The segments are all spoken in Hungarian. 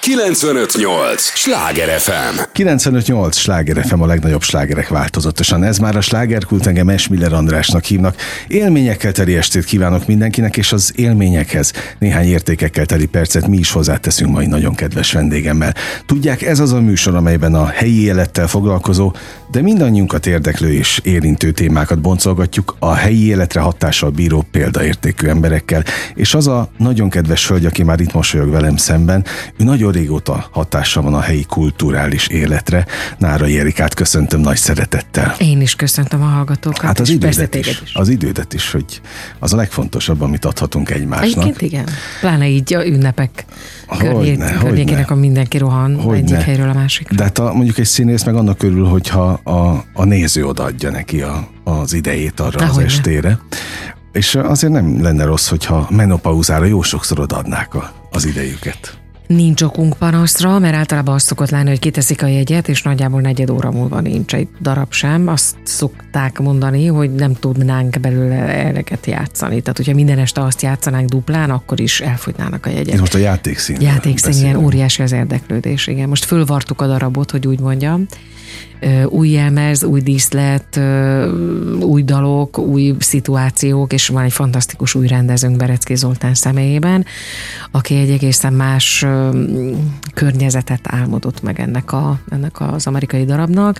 95.8 Sláger FM. 95.8 Sláger FM, a legnagyobb slágerek változatosan. Ez már a Slágerkult, engem Esmiller Andrásnak hívnak. Élményekkel teli estét kívánok mindenkinek, és az élményekhez néhány értékekkel teli percet mi is hozzáteszünk mai nagyon kedves vendégemmel. Tudják, ez az a műsor, amelyben a helyi élettel foglalkozó, de mindannyiunkat érdeklő és érintő témákat boncolgatjuk a helyi életre hatással bíró példaértékű emberekkel, és az a nagyon kedves hölgy, aki már itt mosolyog velem szemben, ő nagyon régóta hatással van a helyi kulturális életre. Nárai Erikát köszöntöm nagy szeretettel. Én is köszöntöm a hallgatókat. Hát az idődet is, hogy az a legfontosabb, amit adhatunk egymásnak. Egyébként igen, pláne így a ünnepek környékének, a mindenki rohan egyik helyről a másikra. De hát mondjuk egy színész meg annak örül, hogyha a néző odaadja neki az idejét arra az estére. És azért nem lenne rossz, hogyha menopauzára jó sokszor odaadnák az idejüket. Nincs okunk panaszra, mert általában azt szokott lenni, hogy kiteszik a jegyet, és nagyjából 4 óra múlva nincs egy darab sem. Azt szokták mondani, hogy nem tudnánk belőle eleget játszani. Tehát, hogyha minden este azt játszanánk duplán, akkor is elfogynának a jegyek. Ez most a játékszín. Igen, óriási az érdeklődés, igen. Most fölvartuk a darabot, hogy úgy mondjam. Új jelmez, új díszlet, új dalok, új szituációk, és van egy fantasztikus új rendezőnk Berecki Zoltán személyében, aki egy egészen más környezetet álmodott meg ennek az amerikai darabnak,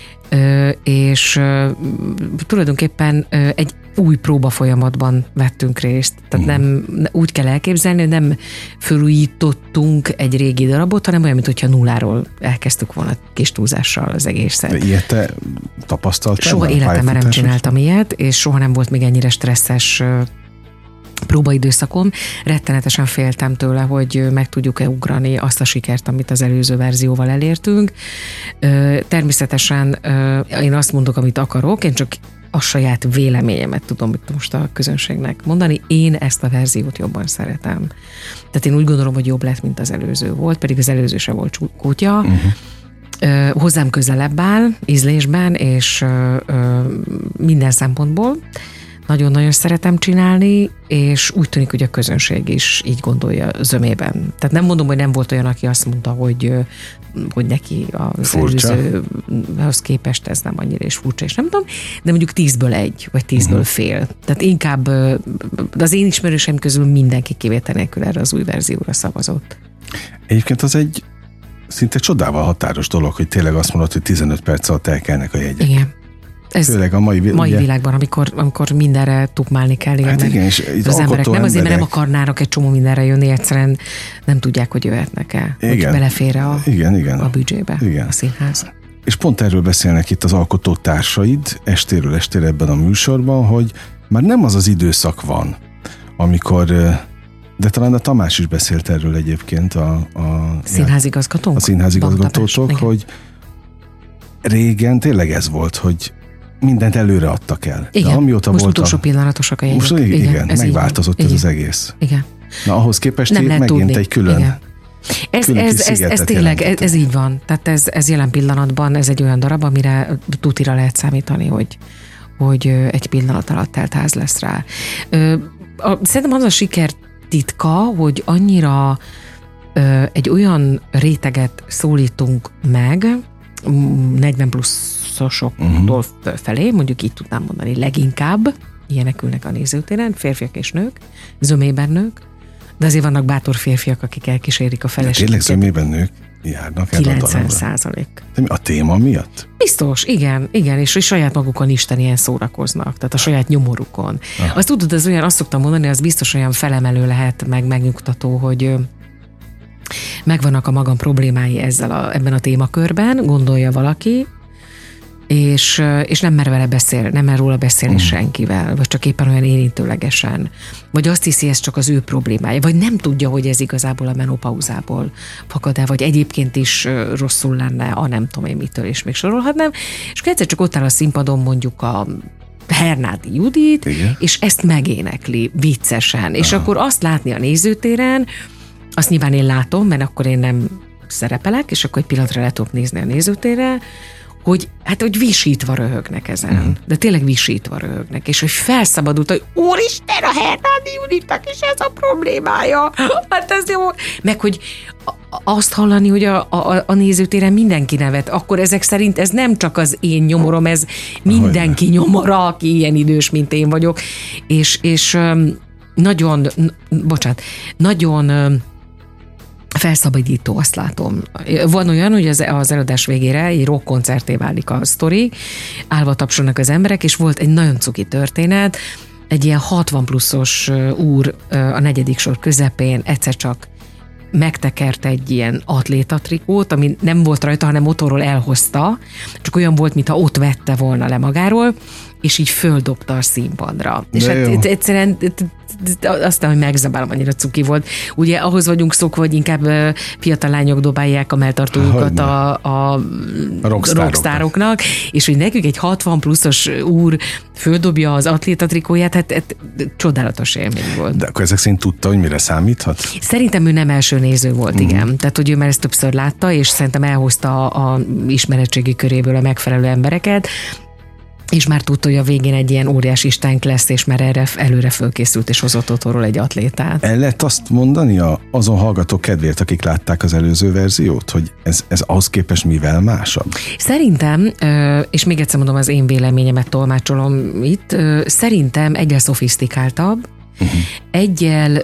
és tulajdonképpen egy új próba folyamatban vettünk részt. Tehát nem úgy kell elképzelni, hogy nem fölújítottunk egy régi darabot, hanem olyan, mintha nulláról elkezdtük volna kis túlzással az egészet. De ilyet te tapasztaltál? Soha életemben nem csináltam ilyet, és soha nem volt még ennyire stresszes próbaidőszakom. Rettenetesen féltem tőle, hogy meg tudjuk-e ugrani azt a sikert, amit az előző verzióval elértünk. Természetesen én azt mondok, amit akarok, én csak a saját véleményemet tudom itt most a közönségnek mondani. Én ezt a verziót jobban szeretem. Tehát én úgy gondolom, hogy jobb lett, mint az előző volt, pedig az előző se volt kutya. Hozzám közelebb áll ízlésben, és minden szempontból. Nagyon-nagyon szeretem csinálni, és úgy tűnik, hogy a közönség is így gondolja zömében. Tehát nem mondom, hogy nem volt olyan, aki azt mondta, hogy neki az előzőhöz képest ez nem annyira és furcsa, és nem tudom, de mondjuk 10-ből 1, vagy 10-ből fél. Tehát inkább az én ismerőseim közül mindenki kivétel nélkül erre az új verzióra szavazott. Egyébként az egy szinte csodával határos dolog, hogy tényleg azt mondod, hogy 15 perc alatt elkelnek a jegyek. Igen. Ez főleg a mai világban, amikor mindenre tukmálni kell. Hát igen, és az emberek nem azért, mert nem akarnának egy csomó mindenre jönni, egyszerűen nem tudják, hogy jöhetnek-e, hogy belefér a büdzsébe a színház. És pont erről beszélnek itt az alkotótársaid estéről estére ebben a műsorban, hogy már nem az az időszak van, amikor, de talán a Tamás is beszélt erről egyébként a színházigazgatótok, hogy régen tényleg ez volt, hogy mindent előre adtak el. Igen, amióta most volt utolsó pillanatosak a jegyek. Most igen, megváltozott ez az egész. Igen. Na, ahhoz képest megint tudni. Egy külön ez tényleg, ez így van. Tehát ez jelen pillanatban, ez egy olyan darab, amire tutira lehet számítani, hogy egy pillanat alatt teltház lesz rá. Szerintem az a siker titka, hogy annyira egy olyan réteget szólítunk meg, 40 pluszosoktól felé, mondjuk így tudnám mondani leginkább, ilyenek ülnek a nézőtéren, férfiak és nők, zömében nők, de azért vannak bátor férfiak, akik elkísérik a feleségüket. Tényleg zömében nők járnak el 90%. A téma miatt? Biztos, igen, és saját magukon isteniyen szórakoznak, tehát a saját nyomorukon. Azt tudod, az olyan, azt szoktam mondani, az biztos olyan felemelő lehet, meg megnyugtató, hogy megvannak a magam problémái ebben a témakörben, gondolja valaki, és nem mer vele beszél, nem mer róla beszélni senkivel, vagy csak éppen olyan érintőlegesen, vagy azt hiszi, ez csak az ő problémája, vagy nem tudja, hogy ez igazából a menopauzából fakad el, vagy egyébként is rosszul lenne, nem tudom én mitől, és még sorolhatnám, és egyszer csak ott áll a színpadon mondjuk a Hernádi Judit, és ezt megénekli viccesen, és akkor azt látni a nézőtéren, azt nyilván én látom, mert akkor én nem szerepelek, és akkor egy pillanatra le tudok nézni a nézőtérre, hogy visítva röhögnek ezen. De tényleg visítva röhögnek, és hogy felszabadult, hogy úristen, a Hernádi Juditnak is ez a problémája. Hát ez jó. Meg, hogy azt hallani, hogy a nézőtéren mindenki nevet, akkor ezek szerint ez nem csak az én nyomorom, ez mindenki nyomora, aki ilyen idős, mint én vagyok, és nagyon felszabadító, azt látom. Van olyan, hogy az előadás végére egy rockkoncertté válik a sztori, állva tapsolnak az emberek, és volt egy nagyon cuki történet, egy ilyen 60 pluszos úr a 4. sor közepén egyszer csak megtekert egy ilyen atlétatrikót, ami nem volt rajta, hanem motorról elhozta, csak olyan volt, mintha ott vette volna le magáról, és így földobta a színpadra. De és hát egyszerűen aztán, hogy megzabálom, annyira cuki volt. Ugye ahhoz vagyunk szokva, hogy inkább fiatal lányok dobálják a melltartójukat a rockstároknak, és hogy nekünk egy 60 pluszos úr földobja az atlétatrikóját, hát csodálatos élmény volt. De akkor ezek szerint tudta, hogy mire számíthat? Szerintem ő nem első néző volt, igen. Tehát, hogy ő már ezt többször látta, és szerintem elhozta a ismeretségi köréből a megfelelő embereket, és már tudta, hogy a végén egy ilyen óriási istánk lesz, és már erre előre fölkészült, és hozott otthonról egy atlétát. El lehet azt mondani azon hallgatók kedvéért, akik látták az előző verziót, hogy ez ahhoz képest mivel másabb? Szerintem, és még egyszer mondom, az én véleményemet tolmácsolom itt, szerintem egyel szofisztikáltabb, egyel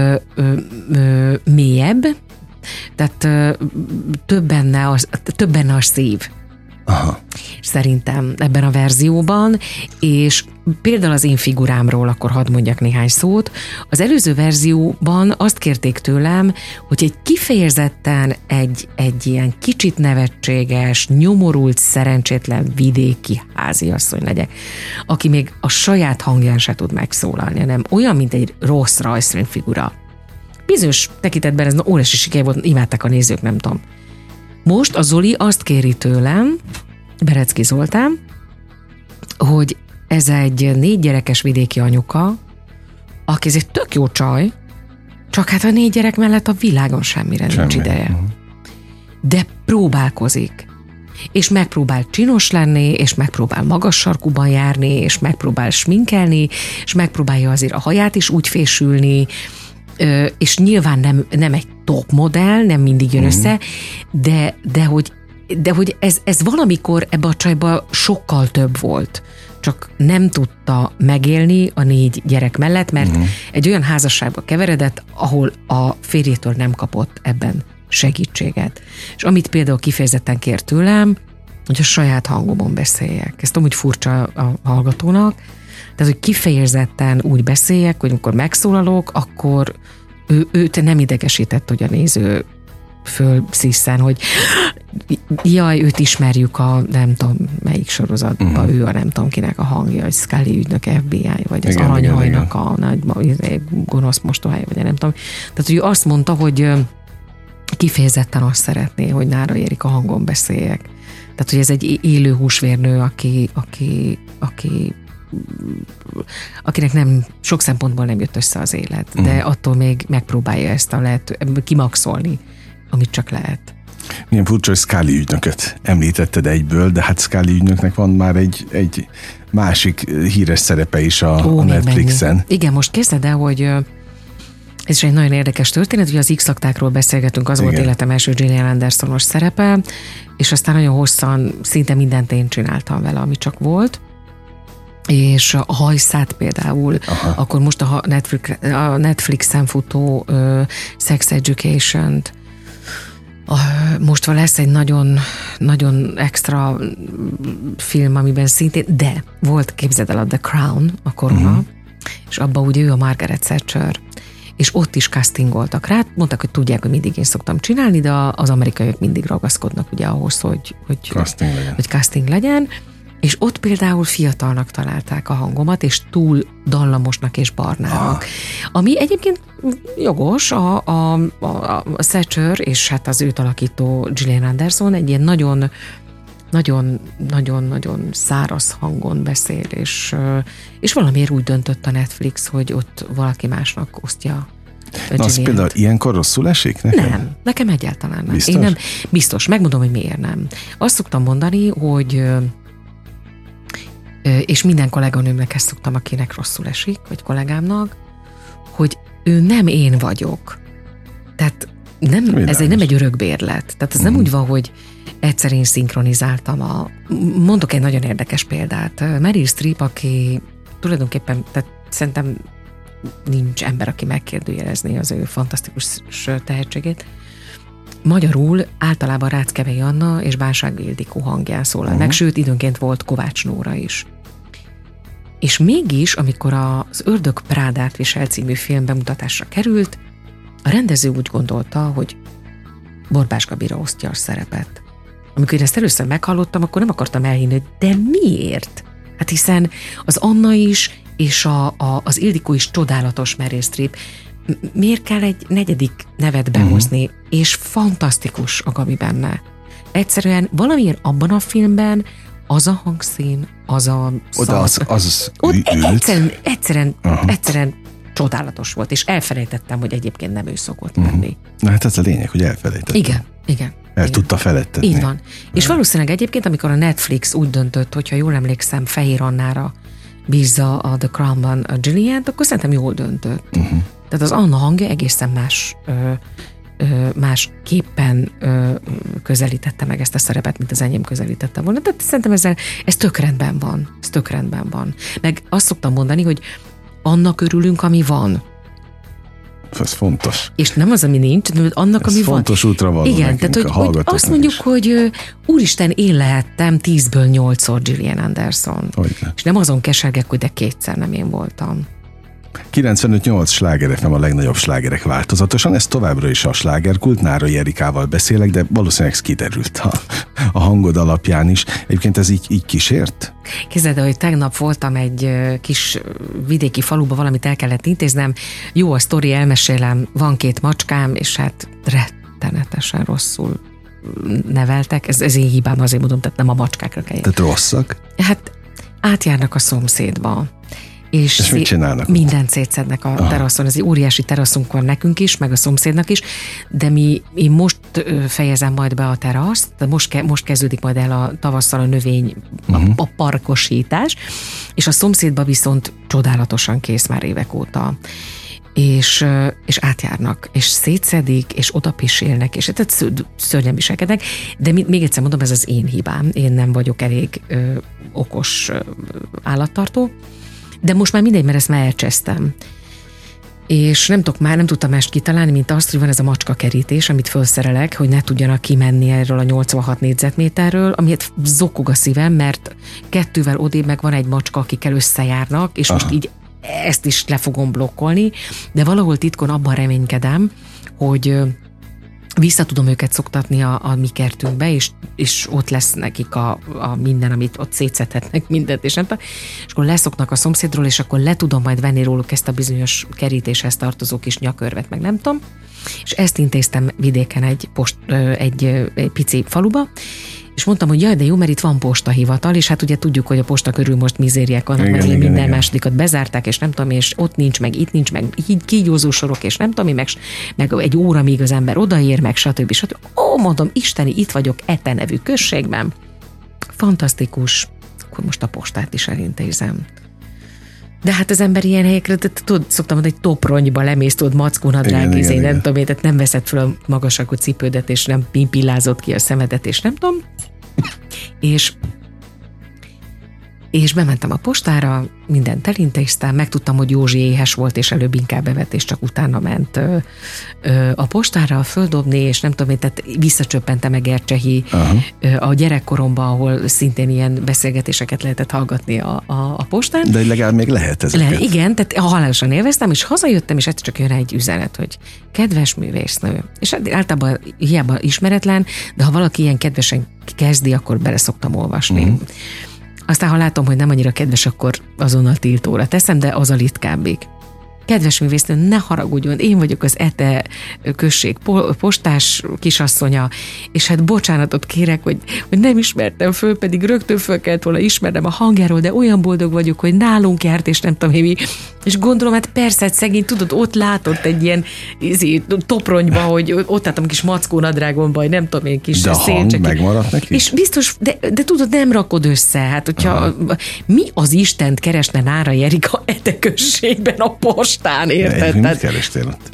mélyebb, tehát több benne a szív. Aha. Szerintem ebben a verzióban, és például az én figurámról akkor hadd mondjak néhány szót. Az előző verzióban azt kérték tőlem, hogy egy kifejezetten egy ilyen kicsit nevetséges, nyomorult, szerencsétlen vidéki háziasszony legyek, aki még a saját hangján se tud megszólalni, hanem olyan, mint egy rossz rajzfilmfigura. Bizonyos tekintetben ez óriási siker volt, imádták a nézők, nem tudom. Most a Zoli azt kéri tőlem, Berecki Zoltán, hogy ez egy 4 gyerekes vidéki anyuka, aki ez egy tök jó csaj, csak hát a 4 gyerek mellett a világon semmire nincs ideje. De próbálkozik. És megpróbál csinos lenni, és megpróbál magas sarkuban járni, és megpróbál sminkelni, és megpróbálja azért a haját is úgy fésülni, és nyilván nem egy top modell, nem mindig jön össze, de hogy ez valamikor ebbe a csajba sokkal több volt. Csak nem tudta megélni a 4 gyerek mellett, mert egy olyan házasságba keveredett, ahol a férjétől nem kapott ebben segítséget. És amit például kifejezetten kért tőlem, hogy a saját hangomon beszéljek. Ez tudom, hogy furcsa a hallgatónak, tehát, hogy kifejezetten úgy beszéljek, hogy amikor megszólalok, akkor őt nem idegesített, hogy a néző fölsziszen, hogy jaj, őt ismerjük a nem tudom melyik sorozatban, ő a nem tudom kinek a hangja, hogy Scully ügynök FBI, vagy az Aranyhajnak a nagy gonosz mostohája, vagy nem tudom. Tehát, hogy ő azt mondta, hogy kifejezetten azt szeretné, hogy Nára Érika hangon beszéljek. Tehát, hogy ez egy élő húsvérnő, akinek nem, sok szempontból nem jött össze az élet, de attól még megpróbálja ezt kimaxolni, amit csak lehet. Milyen furcsa, hogy Scully ügynököt említetted egyből, de hát Scully ügynöknek van már egy másik híres szerepe is a Netflixen. Mennyi. Igen, most képzeld el, hogy ez is egy nagyon érdekes történet, hogy az X-aktákról beszélgetünk, az volt életem első Gillian Andersonos szerepe, és aztán nagyon hosszan szinte mindent én csináltam vele, ami csak volt. És a hajszát például, akkor most a Netflixen futó Sex Education-t, most lesz egy nagyon, nagyon extra film, amiben szintén, de volt, képzeld el, a The Crown, a Korona, és abban ugye ő a Margaret Thatcher, és ott is castingoltak rá, mondták, hogy tudják, hogy mindig én szoktam csinálni, de az amerikaiak mindig ragaszkodnak ugye ahhoz, hogy casting legyen. És ott például fiatalnak találták a hangomat, és túl dallamosnak és barnának. Ami egyébként jogos, a Thatcher és hát az őt alakító Gillian Anderson egy ilyen nagyon száraz hangon beszél, és valamiért úgy döntött a Netflix, hogy ott valaki másnak osztja. Na, az például ilyenkor rosszul esik neked? Nem, nekem egyáltalán nem. Biztos? Én nem, biztos, megmondom, hogy miért nem. Azt szoktam mondani, hogy és minden kolléganőmnek ezt szoktam, akinek rosszul esik, vagy kollégámnak, hogy ő nem én vagyok. Tehát ez nem egy örökbérlet. Tehát ez nem úgy van, hogy egyszer én szinkronizáltam mondok egy nagyon érdekes példát. Meryl Streep, aki tulajdonképpen, tehát szerintem nincs ember, aki megkérdőjelezné az ő fantasztikus tehetségét. Magyarul általában Ráckevei Anna és Bánsági Ildikó hangján szólal meg, sőt, időnként volt Kovács Nóra is. És mégis, amikor az Ördög Prádát visel című film bemutatásra került, a rendező úgy gondolta, hogy Borbás Gabira osztja a szerepet. Amikor én ezt először meghallottam, akkor nem akartam elhinni, de miért? Hát hiszen az Anna is, és az Ildikó is csodálatos Meryl Streep. Miért kell egy negyedik nevet behozni? És fantasztikus a Gabi benne. Egyszerűen valamiért abban a filmben az a hangszín, az a egyszerűen csodálatos volt, és elfelejtettem, hogy egyébként nem ő szokott lenni. Na hát ez a lényeg, hogy elfelejtettem. Igen. Tudta feledtetni. Így van. És valószínűleg egyébként, amikor a Netflix úgy döntött, hogyha jól emlékszem, Fehér Annára bízza a The Crown-ban a Gilliant, akkor szerintem jól döntött. Tehát az Anna hangja egészen másképpen közelítette meg ezt a szerepet, mint az enyém közelítette volna. Tehát szerintem ez tök rendben van. Ez tök rendben van. Meg azt szoktam mondani, hogy annak örülünk, ami van. Ez fontos. És nem az, ami nincs, hanem annak, ami van. Fontos útra való. Igen, tehát hogy azt mondjuk, hogy úristen, én lehettem 10-ből 8-szor Gillian Anderson. Hogyne. És nem azon kesergek, hogy de 2-szer nem én voltam. 95.8 Sláger FM, a legnagyobb slágerek változatosan, ez továbbra is a slágerkult, Nárai Erikával beszélek, de valószínűleg ez kiderült a hangod alapján is. Egyébként ez így kísért? Képzeld, hogy tegnap voltam egy kis vidéki faluba, valamit el kellett intéznem, jó a sztori, elmesélem, van 2 macskám, és hát rettenetesen rosszul neveltek, ez én hibám, azért mondom, tehát nem a macskákra kell. Tehát rosszak? Hát átjárnak a szomszédba. És mit csinálnak? Mindent szétszednek a teraszon. Ez egy óriási teraszunk van nekünk is, meg a szomszédnak is, de én most fejezem majd be a teraszt, de most kezdődik majd el a tavasszal a növény, a parkosítás, és a szomszédba viszont csodálatosan kész már évek óta. És átjárnak, és szétszedik, és oda pisélnek, és tehát szörnyen viselkednek, de még egyszer mondom, ez az én hibám. Én nem vagyok elég okos állattartó, de most már mindegy, mert ezt már elcsesztem. És nem tudtam mást kitalálni, mint azt, hogy van ez a macskakerítés, amit felszerelek, hogy ne tudjanak kimenni erről a 86 négyzetméterről, amiért zokog a szívem, mert 2-vel odébb meg van egy macska, akikkel összejárnak, és most így ezt is le fogom blokkolni, de valahol titkon abban reménykedem, hogy vissza tudom őket szoktatni a mi kertünkbe, és ott lesz nekik a minden, amit ott szétszedhetnek mindent, és nem tudom. És akkor leszoknak a szomszédról, és akkor le tudom majd venni róluk ezt a bizonyos kerítéshez tartozó kis nyakörvet, meg nem tudom. És ezt intéztem vidéken egy pici faluba, és mondtam, hogy jaj, de jó, mert itt van postahivatal, és hát ugye tudjuk, hogy a posta körül most mizériák vannak, mert minden másodikat bezárták, és nem tudom, és ott nincs, meg itt nincs, meg kígyózó sorok, és nem tudom, meg egy óra, míg az ember odaér, meg stb. Mondom, isteni, itt vagyok Ete nevű községben. Fantasztikus. Akkor most a postát is elintézem. De hát az ember ilyen helyekre, szoktam mondani, hogy topronyba lemész, tudod, mackónadrág, nem tudom, tehát nem veszed fel a magasakú cipődet, és nem pimpillázott ki a szemedet, és nem tudom. És bementem a postára, mindent elintéztem, megtudtam, hogy Józsi éhes volt, és előbb inkább bevett, és csak utána ment a postára földobni, és nem tudom, tehát visszacsöppentem meg Ercsehi a gyerekkoromban, ahol szintén ilyen beszélgetéseket lehetett hallgatni a postán. De legalább még lehet ezeket. Igen, tehát halálosan élveztem, és hazajöttem, és egyszer csak jön egy üzenet, hogy kedves művésznő. És általában hiába ismeretlen, de ha valaki ilyen kedvesen kezdi, akkor bele szoktam olvasni. Aztán, ha látom, hogy nem annyira kedves, akkor azonnal tiltóra teszem, de az a ritkábbik. Kedves művésznő, ne haragudjon, én vagyok az Ete község postás kisasszonya, és hát bocsánatot kérek, hogy nem ismertem föl, pedig rögtön föl kellett volna ismernem a hangjáról, de olyan boldog vagyok, hogy nálunk járt, és nem tudom mi. És gondolom, hát persze, hát szegény, tudod, ott látott egy ilyen topronyba, hogy ott álltam kis mackó nadrágomba, vagy nem tudom, én kis de a hang megmaradt neki? És biztos, de tudod, nem rakod össze. Hát, hogyha mi az Istent keresne Nárai Erika Ete községben a postán, érted? Mit kerestél ott?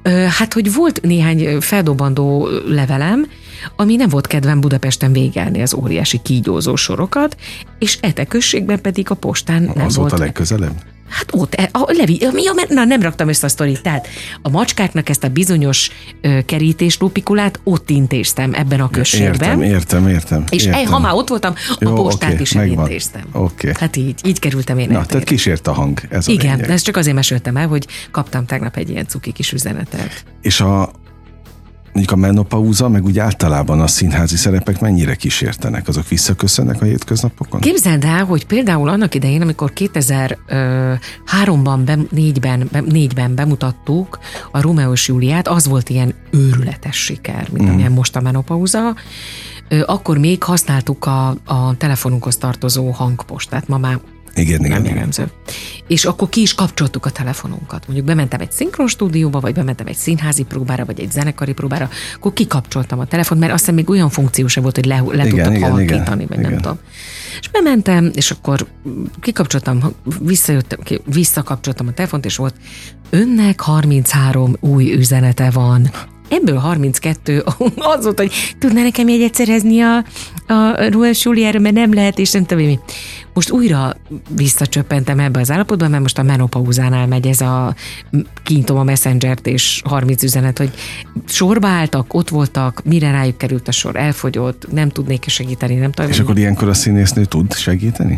Hát, hogy volt néhány feldobandó levelem, ami nem volt kedvem Budapesten végelni az óriási kígyózó sorokat, és községben pedig a postán nem az volt. volt a legközelebb? Hát ott, nem raktam össze a sztorit, tehát a macskáknak ezt a bizonyos kerítéslópikulát ott intéztem ebben a községben. Értem. És ha már ott voltam, a postát is elintéztem. Okay. Hát így kerültem én. Na, tehát kísért a hang. Ez igen, de ezt csak azért meséltem el, hogy kaptam tegnap egy ilyen cuki kis üzenetet. És mondjuk a menopauza, meg úgy általában a színházi szerepek mennyire kísértenek? Azok visszaköszönnek a hétköznapokon? Képzeld el, hogy például annak idején, amikor 2003-ban, 4-ben bemutattuk a Rómeó és Júliát, az volt ilyen őrületes siker, mint amilyen most a menopauza. Akkor még használtuk a telefonunkhoz tartozó hangpostát, ma már nem jellemző. És akkor ki is kapcsoltuk a telefonunkat. Mondjuk bementem egy szinkron stúdióba, vagy bementem egy színházi próbára, vagy egy zenekari próbára, akkor kikapcsoltam a telefont, mert aztán még olyan funkció sem volt, hogy le tudtak halkítani, vagy nem tudom. És bementem, és akkor kikapcsoltam, visszakapcsoltam a telefont, és volt: önnek 33 új üzenete van. Ebből 32 az volt, hogy tudná nekem jegyet szerezni a Rómeó és Júliára, mert nem lehet, és nem tudom mi. Most újra visszacsöppentem ebbe az állapotba, mert most a menopauzánál megy ez kinyitom a Messengert, és 30 üzenet, hogy sorba álltak, ott voltak, mire rájuk került a sor, elfogyott, nem tudnék segíteni, nem tudom. És akkor ilyenkor a színésznő tud segíteni?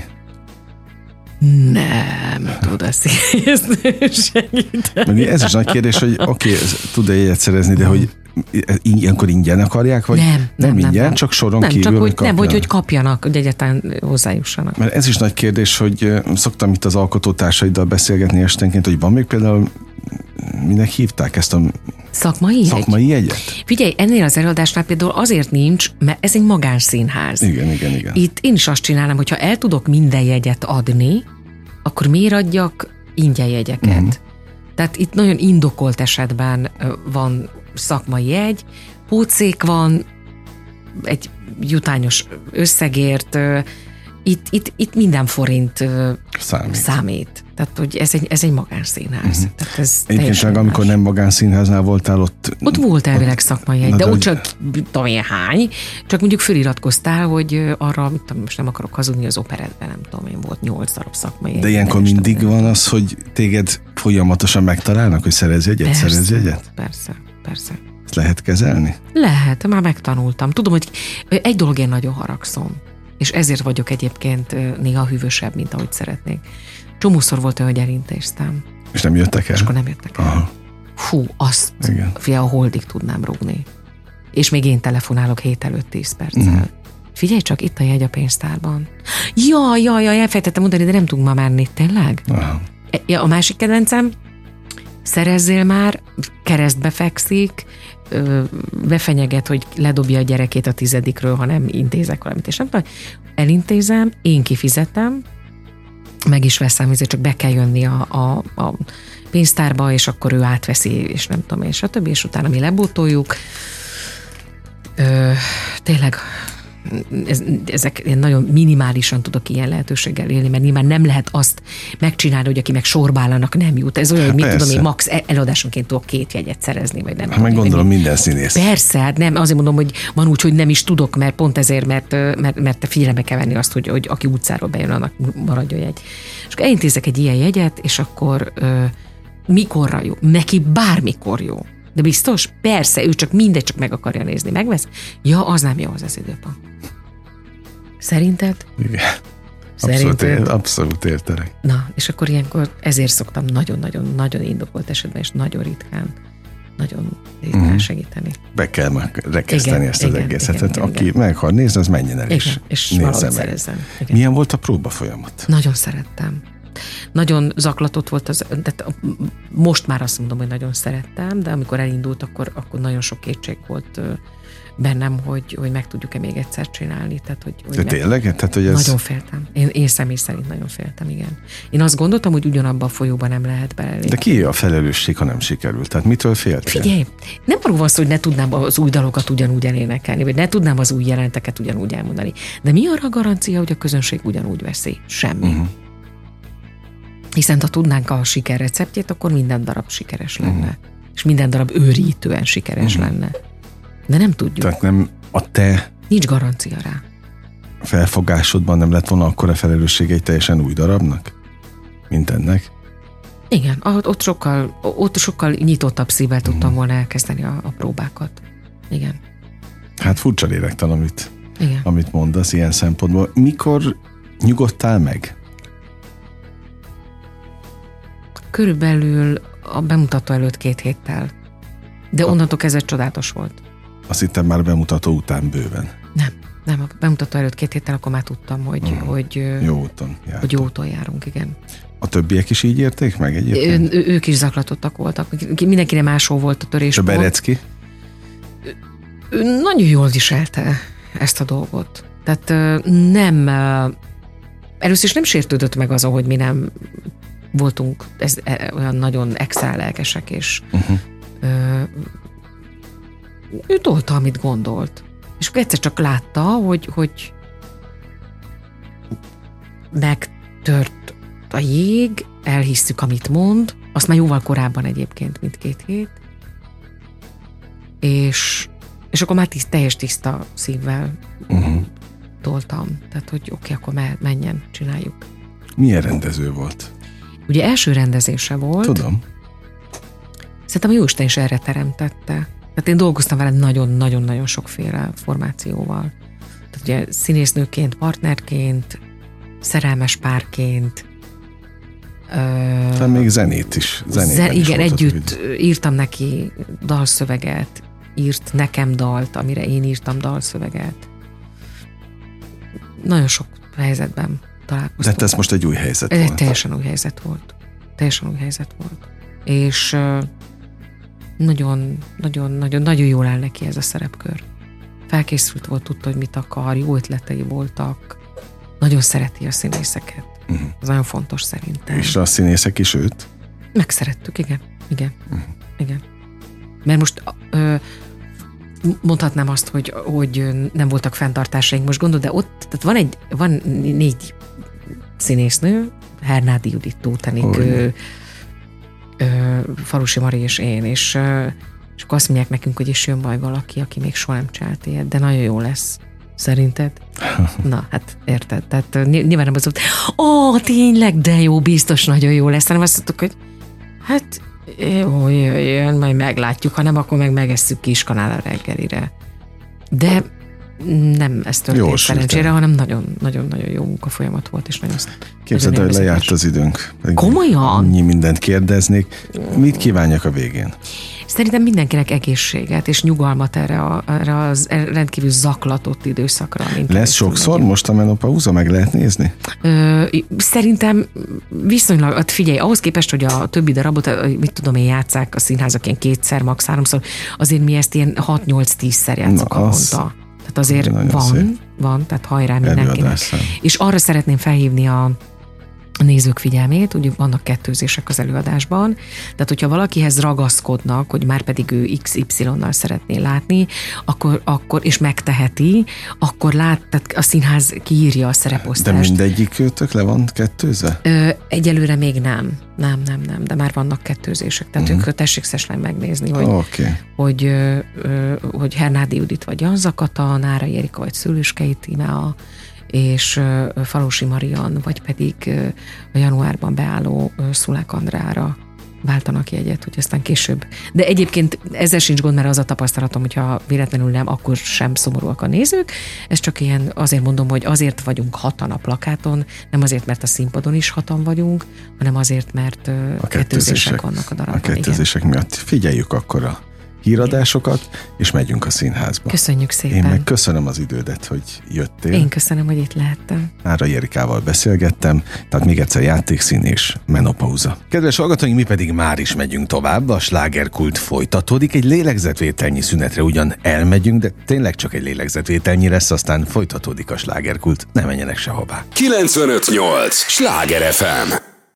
Nem tud a színésznő segíteni. Ez is nagy kérdés, hogy tud-e jegyet szerezni, de hogy ilyenkor ingyen akarják, vagy nem ingyen, csak soron nem, kívül, csak hogy kapjanak, hogy egyáltalán hozzájussanak. Mert ez is nagy kérdés, hogy szoktam itt az alkotótársaiddal beszélgetni esténként, hogy van még például, minek hívták ezt a szakmai jegyet? Figyelj, ennél az előadásnál például azért nincs, mert ez egy magánszínház. Igen. Itt én is azt csinálom, hogyha el tudok minden jegyet adni, akkor miért adjak ingyen jegyeket? Tehát itt nagyon indokolt esetben van szakmai jegy, pótszék van, egy jutányos összegért, itt minden forint számít. Tehát, hogy ez egy magánszínház. Tehát ez egyébként meg amikor nem magánszínháznál voltál, ott volt elvileg szakmai jegy, de ott csak tudom én hány, csak mondjuk feliratkoztál, hogy arra, most nem akarok hazudni, az operettben, nem tudom én, volt 8 darab szakmai jegy. De ilyenkor mindig van az, hogy téged folyamatosan megtalálnak, hogy szerez jegyet? Persze. Ezt lehet kezelni? Lehet, már megtanultam. Tudom, hogy egy dolog, én nagyon haragszom, és ezért vagyok egyébként néha hűvösebb, mint ahogy szeretnék. Csomószor volt olyan, hogy elintéztem. És nem jöttek el? És akkor nem jöttek el. Aha. Fú, azt fia, a holdig tudnám rúgni. És még én telefonálok 7 előtt 10 perccel. Figyelj csak, itt a jegy a pénztárban. Jaj, elfelejtettem mondani, de nem tudunk ma menni, tényleg? Aha. A másik kedvencem, szerezzél már, keresztbe fekszik, befenyeget, hogy ledobja a gyerekét a 10-ről, ha nem intézek valamit, és nem tudom, elintézem, én kifizetem, meg is veszem, ezért csak be kell jönni a pénztárba, és akkor ő átveszi, és nem tudom én, stb. És utána mi lebótoljuk. Tényleg ezek én nagyon minimálisan tudok ilyen lehetőséggel élni, mert nyilván nem lehet azt megcsinálni, hogy aki meg sorba állanak, nem jut. Ez olyan, hogy mit tudom én, max előadásonként tudok 2 jegyet szerezni, vagy nem. Meg gondolom minden színész. Persze, hát nem, azért mondom, hogy van úgy, hogy nem is tudok, mert pont ezért, mert te figyelembe kell venni azt, hogy aki utcáról bejön, annak maradjon jegy. És akkor elintézek egy ilyen jegyet, és akkor mikorra jó? Neki bármikor jó. De biztos? Persze, ő csak mindegy, csak meg akarja nézni. Megvesz? Ja, az nem jó, az időpont. Szerinted? Igen. Abszolút értelek. Na, és akkor ilyenkor ezért szoktam nagyon-nagyon indokolt esetben, és nagyon ritkán segíteni. Be kell rekeszteni ezt az egészet. Igen, aki meg akar nézni, az menjen el és nézze meg. Milyen volt a próba folyamat? Nagyon szerettem. Nagyon zaklatott volt most már azt mondom, hogy nagyon szerettem, de amikor elindult, akkor nagyon sok kétség volt bennem, hogy meg tudjuk-e még egyszer csinálni. Tehát, de tényleg? Tehát, hogy ez... Nagyon féltem. Én személy szerint nagyon féltem, igen. Én azt gondoltam, hogy ugyanabban a folyóban nem lehet belelépni. De ki a felelősség, ha nem sikerült? Tehát mitől féltél? Figyelj, nem arról van szó, hogy ne tudnám az új dalokat ugyanúgy elénekelni, vagy ne tudnám az új jelenteket ugyanúgy elmondani. De mi arra a garancia, hogy a közönség ugyanúgy veszi? Semmi. Hiszen ha tudnánk a siker receptjét, akkor minden darab sikeres lenne. és minden darab őrítően sikeres lenne. De nem tudjuk. Tehát nem a te nincs garancia rá. felfogásodban nem lett volna akkora felelősség egy teljesen új darabnak, mint ennek? Igen, ott sokkal nyitottabb szívvel tudtam volna elkezdeni a próbákat. Igen. Hát furcsa lélektan, amit mondasz ilyen szempontból. Mikor nyugodtál meg? Körülbelül a bemutató előtt 2 héttel. De onnantól kezdve csodálatos volt. Azt hittem már bemutató után bőven. Nem, a bemutató előtt 2 héttel akkor már tudtam, hogy jó úton járunk, igen. A többiek is így érték meg egyébként? Ők is zaklatottak voltak. Mindenkinek máshol volt a töréspont. A Berecki? Ő nagyon jól viselte ezt a dolgot. Tehát nem... Először is nem sértődött meg azon, hogy mi nem voltunk olyan nagyon extra lelkesek, és ő tolta, amit gondolt. És akkor egyszer csak látta, hogy megtört a jég, elhisszük, amit mond, azt már jóval korábban egyébként, mint 2 hét. És akkor már teljes tiszta szívvel toltam. Tehát, hogy oké, akkor menjen, csináljuk. Milyen rendező volt? Ugye első rendezése volt. Tudom. Szerintem a Jóisten is erre teremtette. Tehát én dolgoztam vele nagyon-nagyon-nagyon sokféle formációval. Tehát ugye színésznőként, partnerként, szerelmes párként. Tehát még zenét is. Igen, együtt írtam neki dalszöveget, írt nekem dalt, amire én írtam dalszöveget. Nagyon sok helyzetben találkoztunk. De ez most egy új helyzet volt. Ez egy teljesen új helyzet volt. És nagyon jól áll neki ez a szerepkör. Felkészült volt, tudta, hogy mit akar, jó ötletei voltak, nagyon szereti a színészeket. Ez nagyon fontos szerintem. És a színészek is őt? Megszerettük, igen. Igen. Mert most mondhatnám azt, hogy nem voltak fenntartásaink. Most gondolod, de ott tehát van 4 színésznő, Hernádi Judit, Tóth Enik, Falusi Mari és én, és akkor azt mondják nekünk, hogy is jön majd valaki, aki még soha nem csinált ilyet, de nagyon jó lesz. Szerinted? Na, hát érted. Tehát nyilván nem az volt, tényleg, de jó, biztos nagyon jó lesz. Hanem azt mondtuk, hogy hát jó, jöjjön, majd meglátjuk, ha nem, akkor meg megesszük Kiskanál a reggelire. De nem ez történt szerencsére, hanem nagyon-nagyon jó munkafolyamat volt, és nagyon képzeld, hogy lejárt az időnk. Komolyan? Annyi mindent kérdeznék. Mit kívánjak a végén? Szerintem mindenkinek egészséget és nyugalmat erre az rendkívül zaklatott időszakra. Lesz sokszor most a menopauza, meg lehet nézni? Szerintem viszonylag, figyelj, ahhoz képest, hogy a többi darabot, mit tudom én, játsszák a színházak ilyen 2-szer, max. 3-szor, azért mi ezt ilyen 6-8-10-szer játszunk havonta. Tehát azért van, tehát hajrá mindenkinek. És arra szeretném felhívni a nézők figyelmét, ugye vannak kettőzések az előadásban, tehát hogyha valakihez ragaszkodnak, hogy már pedig ő XY-nal szeretné látni, akkor és megteheti, akkor tehát a színház kiírja a szereposztást. De mindegyik őtök le van kettőzve? Egyelőre még nem, de már vannak kettőzések, tehát ők tessék szeslen megnézni, hogy Hernádi Judit vagy Jan Zakata, Nárai Erika vagy Szőlőskei Tímea, és Falusi Marian, vagy pedig a januárban beálló Szulák Andrára váltanak jegyet, hogy aztán később. De egyébként ezzel sincs gond, mert az a tapasztalatom, hogyha véletlenül nem, akkor sem szomorúak a nézők. Ez csak ilyen, azért mondom, hogy azért vagyunk 6-an a plakáton, nem azért, mert a színpadon is 6-an vagyunk, hanem azért, mert a kettőzések vannak a darabban. A kettőzések miatt figyeljük akkor a híradásokat, és megyünk a színházba. Köszönjük szépen. Én meg köszönöm az idődet, hogy jöttél. Én köszönöm, hogy itt lehettem. Nárai Erikával beszélgettem, tehát még egyszer játékszín és menopauza. Kedves hallgatóink, mi pedig már is megyünk tovább, a slágerkult folytatódik, egy lélegzetvételnyi szünetre ugyan elmegyünk, de tényleg csak egy lélegzetvételnyi lesz, aztán folytatódik a slágerkult, ne menjenek sehová. 95.8 Sláger FM.